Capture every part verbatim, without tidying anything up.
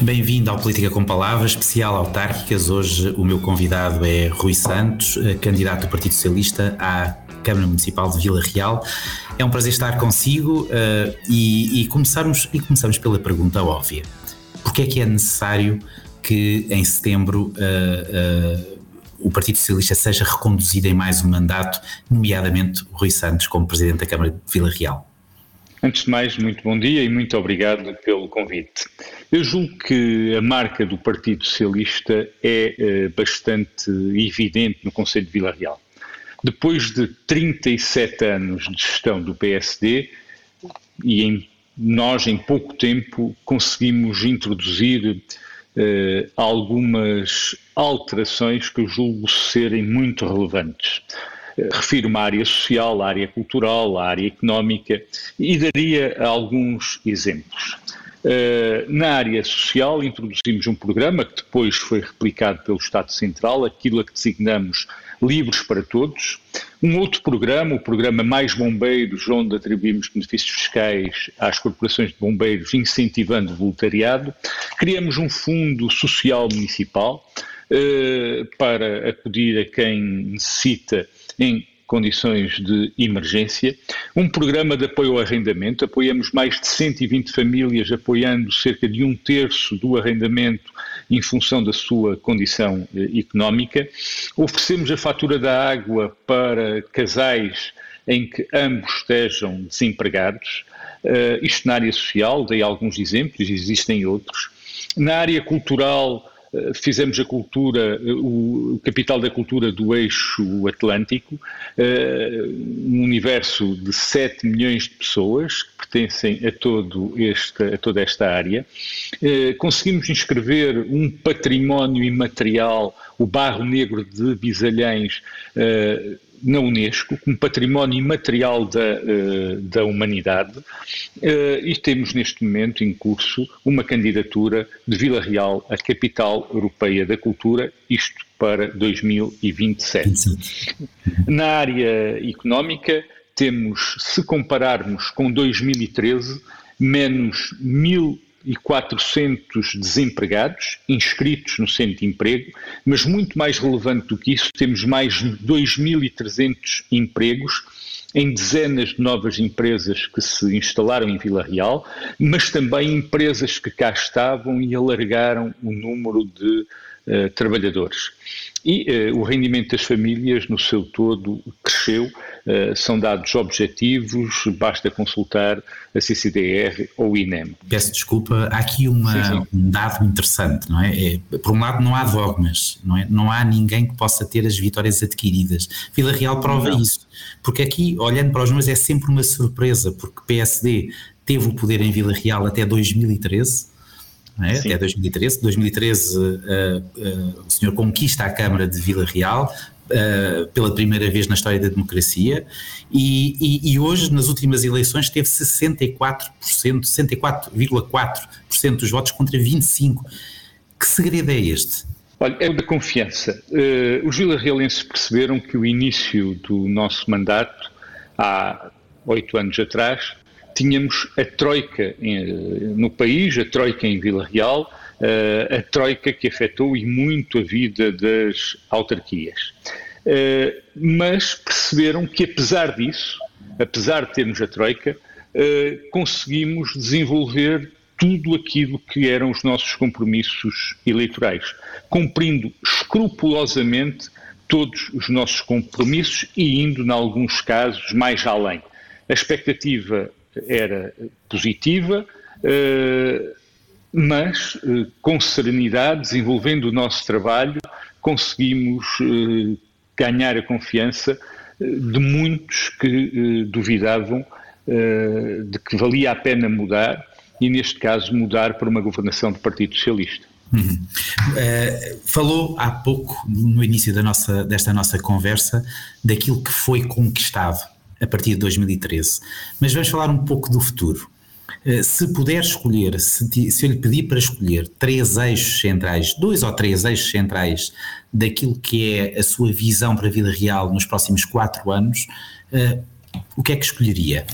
Bem-vindo ao Política com Palavras, especial autárquicas. Hoje o meu convidado é Rui Santos, candidato do Partido Socialista à Câmara Municipal de Vila Real. É um prazer estar consigo uh, e, e, começarmos, e começamos pela pergunta óbvia. Porquê é que é necessário que em setembro uh, uh, o Partido Socialista seja reconduzido em mais um mandato, nomeadamente Rui Santos como Presidente da Câmara de Vila Real? Antes de mais, muito bom dia e muito obrigado pelo convite. Eu julgo que a marca do Partido Socialista é eh, bastante evidente no Concelho de Vila Real. Depois de trinta e sete anos de gestão do P S D, e em, nós em pouco tempo conseguimos introduzir eh, algumas alterações que eu julgo serem muito relevantes. Refiro-me à área social, à área cultural, à área económica e daria alguns exemplos. Na área social introduzimos um programa que depois foi replicado pelo Estado Central, aquilo a que designamos Livros para Todos. Um outro programa, o programa Mais Bombeiros, onde atribuímos benefícios fiscais às corporações de bombeiros, incentivando o voluntariado. Criamos um fundo social municipal para acudir a quem necessita em condições de emergência, um programa de apoio ao arrendamento, apoiamos mais de cento e vinte famílias, apoiando cerca de um terço do arrendamento em função da sua condição eh, económica, oferecemos a fatura da água para casais em que ambos estejam desempregados, uh, isto na área social, dei alguns exemplos, existem outros. Na área cultural, fizemos a cultura, o capital da cultura do eixo atlântico, um universo de sete milhões de pessoas que pertencem a, todo este, a toda esta área. Conseguimos inscrever um património imaterial, o Barro Negro de Bisalhães, na Unesco, como património imaterial da, da humanidade, e temos neste momento em curso uma candidatura de Vila Real à Capital Europeia da Cultura, isto para dois mil e vinte e sete. Na área económica temos, se compararmos com dois mil e treze, menos mil e quatrocentos desempregados inscritos no Centro de Emprego, mas muito mais relevante do que isso, temos mais de dois mil e trezentos empregos em dezenas de novas empresas que se instalaram em Vila Real, mas também empresas que cá estavam e alargaram o número de uh, trabalhadores. E uh, o rendimento das famílias no seu todo cresceu, uh, são dados objetivos, basta consultar a C C D R ou o I N E M. Peço desculpa, há aqui uma, sim, sim. um dado interessante, não é? é? Por um lado não há dogmas, não é? Não há ninguém que possa ter as vitórias adquiridas. Vila Real prova não. isso, porque aqui, olhando para os números, é sempre uma surpresa, porque o P S D teve o poder em Vila Real até dois mil e treze, É, até dois mil e treze. dois mil e treze uh, uh, o senhor conquista a Câmara de Vila Real uh, pela primeira vez na história da democracia e, e, e hoje, nas últimas eleições, teve sessenta e quatro por cento, sessenta e quatro vírgula quatro por cento dos votos contra vinte e cinco por cento. Que segredo é este? Olha, é o da confiança. Uh, os vilarrealenses perceberam que o início do nosso mandato, há oito anos atrás, tínhamos a troika no país, a troika em Vila Real, a troika que afetou e muito a vida das autarquias. Mas perceberam que apesar disso, apesar de termos a troika, conseguimos desenvolver tudo aquilo que eram os nossos compromissos eleitorais, cumprindo escrupulosamente todos os nossos compromissos e indo, em alguns casos, mais além. A expectativa era positiva, mas com serenidade, desenvolvendo o nosso trabalho, conseguimos ganhar a confiança de muitos que duvidavam de que valia a pena mudar e, neste caso, mudar para uma governação do Partido Socialista. Uhum. Uh, falou há pouco, no início da nossa, desta nossa conversa, daquilo que foi conquistado a partir de dois mil e treze, mas vamos falar um pouco do futuro. Uh, se puder escolher, se, se eu lhe pedir para escolher três eixos centrais, dois ou três eixos centrais daquilo que é a sua visão para a Vila Real nos próximos quatro anos, uh, o que é que escolheria?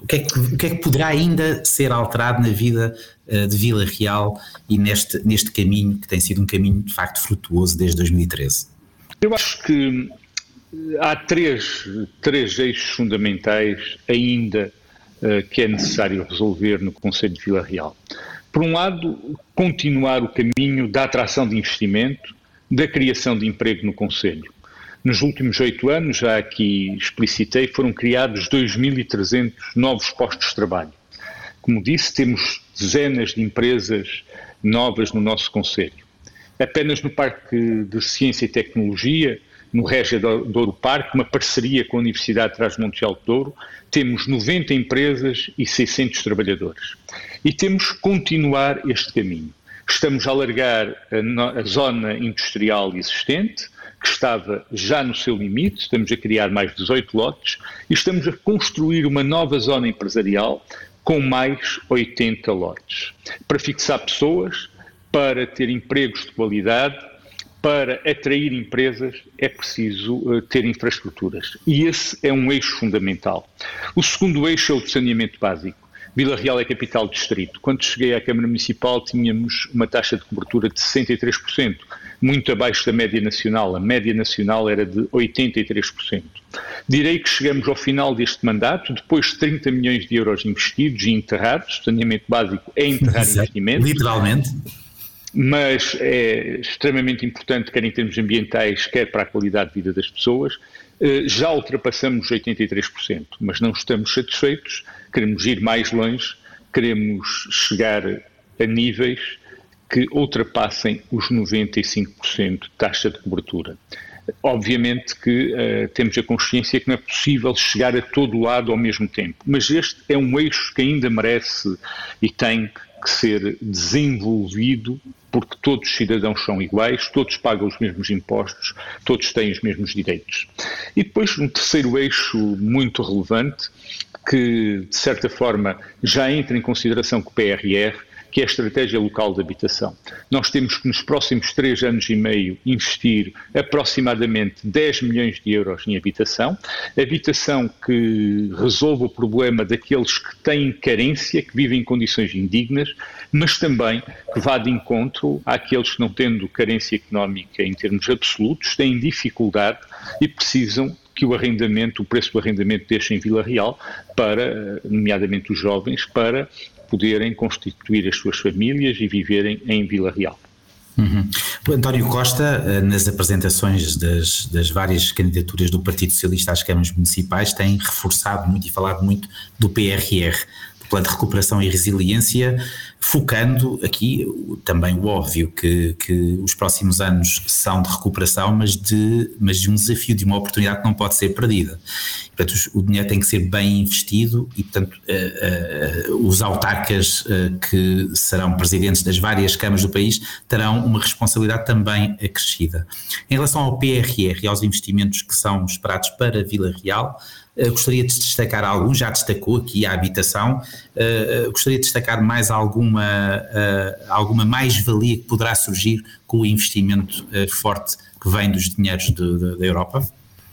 O que, é que, o que é que poderá ainda ser alterado na vida uh, de Vila Real e neste, neste caminho, que tem sido um caminho de facto frutuoso desde dois mil e treze? Eu acho que há três, três eixos fundamentais ainda uh, que é necessário resolver no Concelho de Vila Real. Por um lado, continuar o caminho da atração de investimento, da criação de emprego no Concelho. Nos últimos oito anos, já aqui explicitei, foram criados dois mil e trezentos novos postos de trabalho. Como disse, temos dezenas de empresas novas no nosso concelho. Apenas no Parque de Ciência e Tecnologia, no Régia Douro Parque, uma parceria com a Universidade de Trás-os-Montes de Alto Douro, temos noventa empresas e seiscentos trabalhadores. E temos que continuar este caminho. Estamos a alargar a, a zona industrial existente, que estava já no seu limite, estamos a criar mais dezoito lotes e estamos a construir uma nova zona empresarial com mais oitenta lotes, para fixar pessoas, para ter empregos de qualidade, para atrair empresas é preciso uh, ter infraestruturas e esse é um eixo fundamental. O segundo eixo é o de saneamento básico. Vila Real é capital distrito. Quando cheguei à Câmara Municipal tínhamos uma taxa de cobertura de sessenta e três por cento, muito abaixo da média nacional. A média nacional era de oitenta e três por cento. Direi que chegamos ao final deste mandato, depois de trinta milhões de euros investidos e enterrados. Saneamento básico é enterrar investimentos. Literalmente. Mas é extremamente importante, quer em termos ambientais, quer para a qualidade de vida das pessoas. Já ultrapassamos oitenta e três por cento, mas não estamos satisfeitos, queremos ir mais longe, queremos chegar a níveis que ultrapassem os noventa e cinco por cento de taxa de cobertura. Obviamente que uh, temos a consciência que não é possível chegar a todo lado ao mesmo tempo, mas este é um eixo que ainda merece e tem que ser desenvolvido, porque todos os cidadãos são iguais, todos pagam os mesmos impostos, todos têm os mesmos direitos. E depois um terceiro eixo muito relevante, que de certa forma já entra em consideração com o P R R, que é a Estratégia Local de Habitação. Nós temos que nos próximos três anos e meio investir aproximadamente dez milhões de euros em habitação, habitação que resolva o problema daqueles que têm carência, que vivem em condições indignas, mas também que vá de encontro àqueles que não tendo carência económica em termos absolutos, têm dificuldade e precisam que o arrendamento, o preço do arrendamento deixe em Vila Real para, nomeadamente os jovens, para poderem constituir as suas famílias e viverem em Vila Real. Uhum. O António Costa, nas apresentações das, das várias candidaturas do Partido Socialista às câmaras municipais, tem reforçado muito e falado muito do P R R, do Plano de Recuperação e Resiliência, focando aqui também o óbvio que, que os próximos anos são de recuperação, mas de, mas de um desafio, de uma oportunidade que não pode ser perdida. Portanto, o dinheiro tem que ser bem investido e, portanto, uh, uh, os autarcas uh, que serão presidentes das várias câmaras do país terão uma responsabilidade também acrescida. Em relação ao P R R e aos investimentos que são esperados para Vila Real, Uh, gostaria de destacar algum, já destacou aqui a habitação, uh, uh, gostaria de destacar mais alguma, uh, alguma mais-valia que poderá surgir com o investimento uh, forte que vem dos dinheiros de, de, da Europa?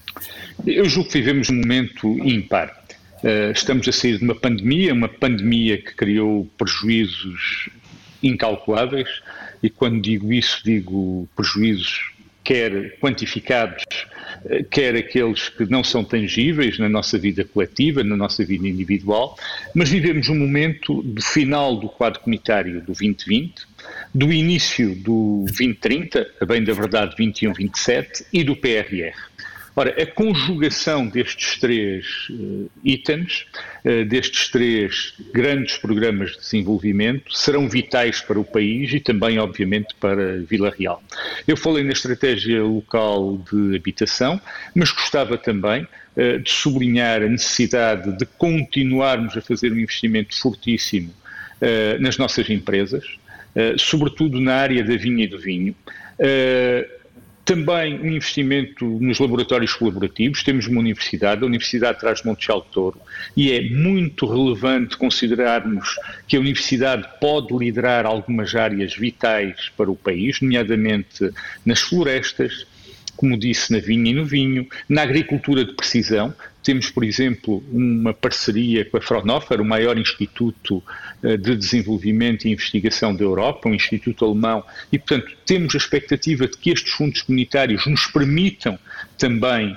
Eu julgo que vivemos um momento ímpar. Uh, estamos a sair de uma pandemia, uma pandemia que criou prejuízos incalculáveis, e quando digo isso, digo prejuízos quer quantificados, quer aqueles que não são tangíveis na nossa vida coletiva, na nossa vida individual, mas vivemos um momento do final do quadro comunitário do vinte vinte, do início do vinte trinta, a bem da verdade vinte e um vinte e sete, e do P R R. Ora, a conjugação destes três uh, itens, uh, destes três grandes programas de desenvolvimento, serão vitais para o país e também, obviamente, para Vila Real. Eu falei na estratégia local de habitação, mas gostava também uh, de sublinhar a necessidade de continuarmos a fazer um investimento fortíssimo uh, nas nossas empresas, uh, sobretudo na área da vinha e do vinho. Uh, Também um investimento nos laboratórios colaborativos. Temos uma universidade, a Universidade de Trás-os-Montes de Alto Douro, e é muito relevante considerarmos que a universidade pode liderar algumas áreas vitais para o país, nomeadamente nas florestas, como disse, na vinha e no vinho, na agricultura de precisão. Temos, por exemplo, uma parceria com a Fraunhofer, o maior instituto de desenvolvimento e investigação da Europa, um instituto alemão, e, portanto, temos a expectativa de que estes fundos comunitários nos permitam também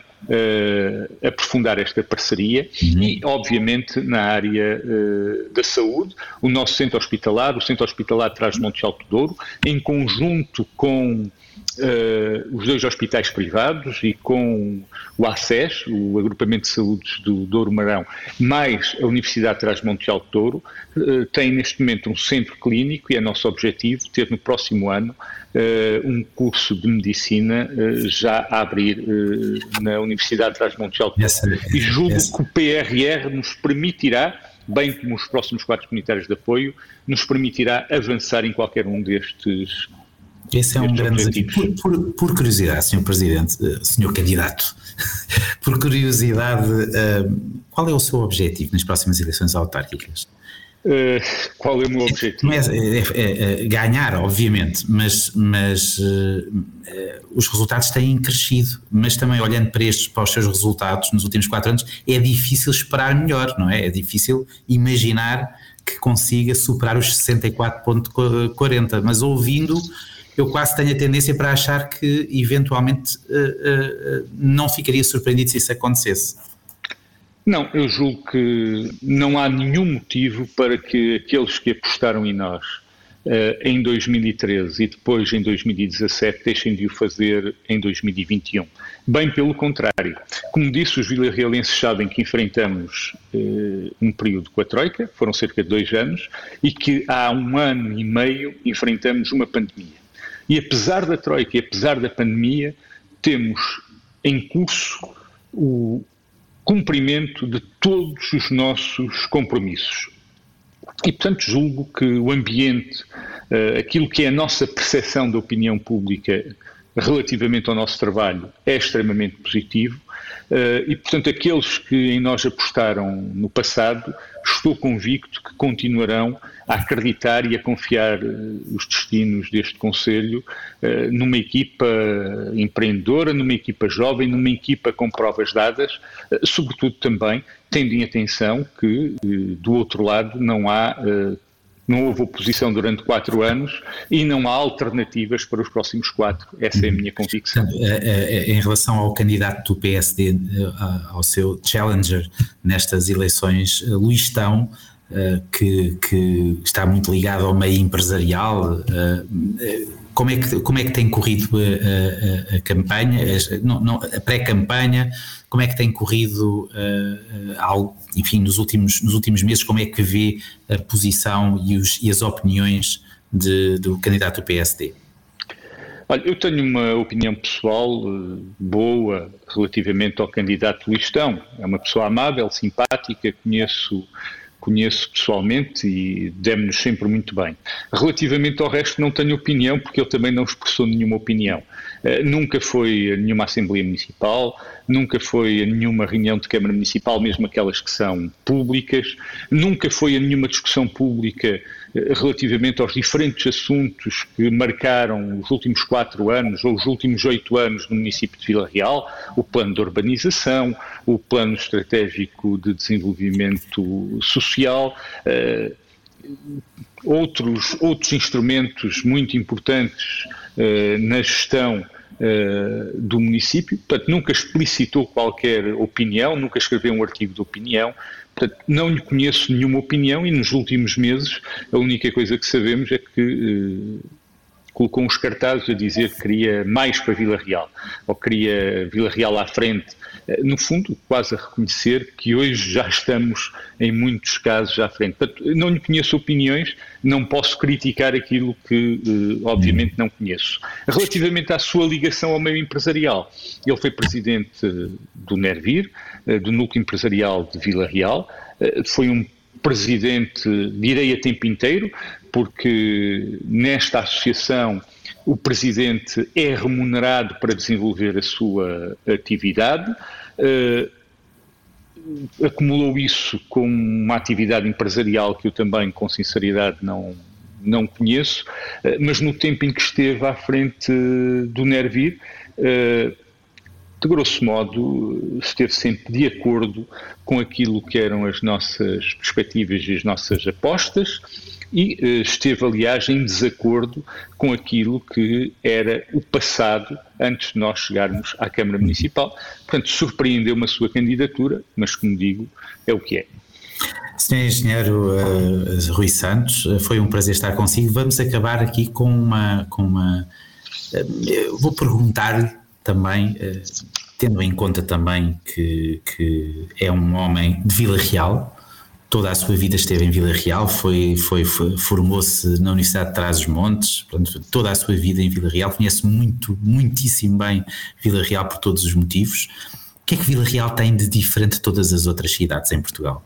uh, aprofundar esta parceria uhum. e, obviamente, na área uh, da saúde, o nosso centro hospitalar, o Centro Hospitalar de Trás-os-Montes de Alto Douro, em conjunto com Uh, os dois hospitais privados e com o A C E S, o Agrupamento de Saúde do Douro Marão, mais a Universidade de Trás-os-Montes de Alto Douro, uh, tem neste momento um centro clínico e é nosso objetivo ter no próximo ano uh, um curso de medicina uh, já a abrir uh, na Universidade de Trás-os-Montes de Alto Douro. Essa, e julgo essa. que o P R R nos permitirá, bem como os próximos quadros comunitários de apoio, nos permitirá avançar em qualquer um destes. Esse é um grande desafio. Por, por, por curiosidade, senhor Presidente, senhor Candidato, por curiosidade, qual é o seu objetivo nas próximas eleições autárquicas? Uh, qual é o meu objetivo? É, é, é, é ganhar, obviamente, mas, mas uh, os resultados têm crescido, mas também olhando para estes, para os seus resultados nos últimos quatro anos, é difícil esperar melhor, não é? É difícil imaginar que consiga superar os sessenta e quatro vírgula quarenta, mas ouvindo, eu quase tenho a tendência para achar que eventualmente uh, uh, não ficaria surpreendido se isso acontecesse. Não, eu julgo que não há nenhum motivo para que aqueles que apostaram em nós uh, em dois mil e treze e depois em dois mil e dezassete deixem de o fazer em dois mil e vinte e um. Bem pelo contrário. Como disse, os vilarrealenses sabem que enfrentamos uh, um período com a Troika, foram cerca de dois anos, e que há um ano e meio enfrentamos uma pandemia. E apesar da Troika e apesar da pandemia, temos em curso o cumprimento de todos os nossos compromissos. E, portanto, julgo que o ambiente, aquilo que é a nossa percepção da opinião pública relativamente ao nosso trabalho, é extremamente positivo. E, portanto, aqueles que em nós apostaram no passado, estou convicto que continuarão a acreditar e a confiar os destinos deste Conselho numa equipa empreendedora, numa equipa jovem, numa equipa com provas dadas, sobretudo também tendo em atenção que do outro lado não há, não houve oposição durante quatro anos e não há alternativas para os próximos quatro. Essa é a minha convicção. Em relação ao candidato do P S D, ao seu challenger nestas eleições, Luís-Tão, que, que está muito ligado ao meio empresarial, como é que, como é que tem corrido a, a, a campanha, não, não, a pré-campanha, como é que tem corrido, algo, enfim, nos últimos, nos últimos meses, como é que vê a posição e, os, e as opiniões de, do candidato do P S D? Olha, eu tenho uma opinião pessoal boa relativamente ao candidato Luís-Tão. É uma pessoa amável, simpática, conheço... conheço pessoalmente e demos-nos sempre muito bem. Relativamente ao resto não tenho opinião, porque ele também não expressou nenhuma opinião. Uh, nunca foi a nenhuma Assembleia Municipal, nunca foi a nenhuma reunião de Câmara Municipal, mesmo aquelas que são públicas, nunca foi a nenhuma discussão pública uh, relativamente aos diferentes assuntos que marcaram os últimos quatro anos ou os últimos oito anos no município de Vila Real, o plano de urbanização, o plano estratégico de desenvolvimento social, uh, outros, outros instrumentos muito importantes uh, na gestão uh, do município. Portanto, nunca explicitou qualquer opinião, nunca escreveu um artigo de opinião. Portanto, não lhe conheço nenhuma opinião e nos últimos meses a única coisa que sabemos é que uh, colocou uns cartazes a dizer que queria mais para Vila Real, ou queria Vila Real à frente. No fundo, quase a reconhecer que hoje já estamos, em muitos casos, à frente. Portanto, não lhe conheço opiniões, não posso criticar aquilo que, obviamente, não conheço. Relativamente à sua ligação ao meio empresarial, ele foi presidente do Nervir, do Núcleo Empresarial de Vila Real, foi um presidente, direi a tempo inteiro, porque nesta associação o presidente é remunerado para desenvolver a sua atividade, uh, acumulou isso com uma atividade empresarial que eu também, com sinceridade, não, não conheço, uh, mas no tempo em que esteve à frente do Nervir, uh, de grosso modo, esteve sempre de acordo com aquilo que eram as nossas perspectivas e as nossas apostas e esteve, aliás, em desacordo com aquilo que era o passado antes de nós chegarmos à Câmara Municipal. Portanto, surpreendeu-me a sua candidatura, mas, como digo, é o que é. senhor Engenheiro uh, Rui Santos, foi um prazer estar consigo. Vamos acabar aqui com uma... Com uma uh, vou perguntar-lhe também, uh, tendo em conta também que, que é um homem de Vila Real, toda a sua vida esteve em Vila Real, foi, foi, foi, formou-se na Universidade de Trás-os-Montes, portanto, toda a sua vida em Vila Real, conhece muito, muitíssimo bem Vila Real por todos os motivos. O que é que Vila Real tem de diferente de todas as outras cidades em Portugal?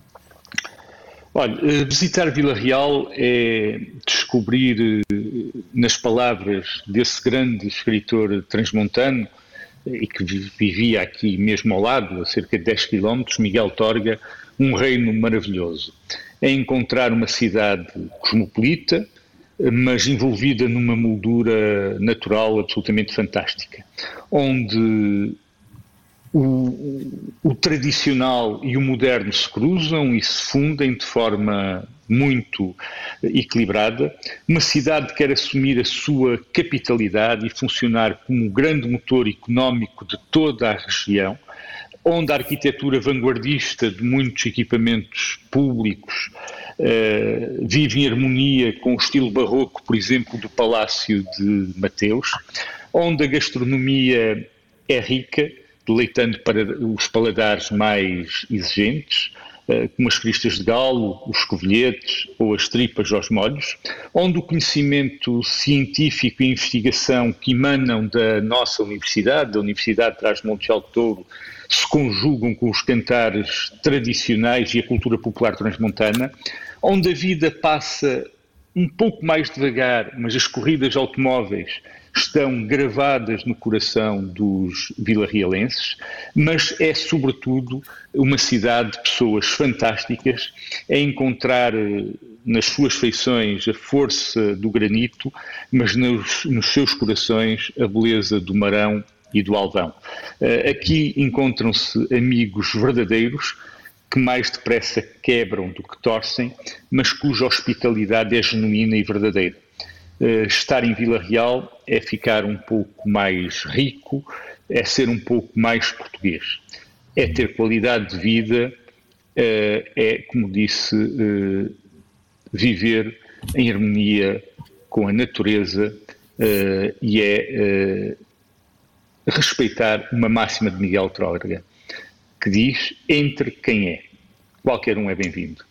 Olha, visitar Vila Real é descobrir, nas palavras desse grande escritor transmontano, e que vivia aqui mesmo ao lado, a cerca de dez quilómetros, Miguel Torga, um reino maravilhoso. É encontrar uma cidade cosmopolita, mas envolvida numa moldura natural absolutamente fantástica, onde o, o tradicional e o moderno se cruzam e se fundem de forma muito equilibrada. Uma cidade que quer assumir a sua capitalidade e funcionar como um grande motor económico de toda a região, onde a arquitetura vanguardista de muitos equipamentos públicos uh, vive em harmonia com o estilo barroco, por exemplo, do Palácio de Mateus, onde a gastronomia é rica, deleitando para os paladares mais exigentes, como as cristas de galo, os covilhetes ou as tripas aos molhos, onde o conhecimento científico e a investigação que emanam da nossa universidade, da Universidade de Trás-os-Montes de Alto Douro, se conjugam com os cantares tradicionais e a cultura popular transmontana, onde a vida passa um pouco mais devagar, mas as corridas automóveis estão gravadas no coração dos vilarrealenses, mas é sobretudo uma cidade de pessoas fantásticas, a encontrar nas suas feições a força do granito, mas nos, nos seus corações a beleza do Marão e do Alvão. Aqui encontram-se amigos verdadeiros, que mais depressa quebram do que torcem, mas cuja hospitalidade é genuína e verdadeira. Uh, estar em Vila Real é ficar um pouco mais rico, é ser um pouco mais português, é ter qualidade de vida, uh, é, como disse, uh, viver em harmonia com a natureza uh, e é uh, respeitar uma máxima de Miguel Torga, que diz: entre quem é, qualquer um é bem-vindo.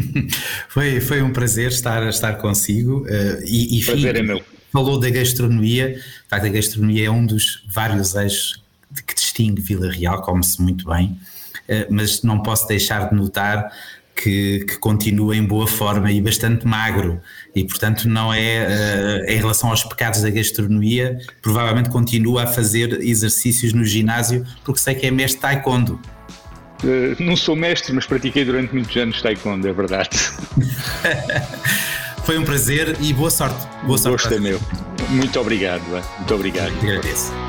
Foi, foi um prazer estar, estar consigo uh, e, e prazer fim, é meu. Falou da gastronomia. De facto, a gastronomia é um dos vários eixos que distingue Vila Real, come-se muito bem, uh, mas não posso deixar de notar que, que continua em boa forma e bastante magro, e portanto não é, uh, em relação aos pecados da gastronomia, provavelmente continua a fazer exercícios no ginásio, porque sei que é mestre taekwondo. Uh, não sou mestre, mas pratiquei durante muitos anos taekwondo, é verdade. Foi um prazer e boa sorte. Boa sorte. Gosto é meu. Muito obrigado. Muito obrigado. Agradeço.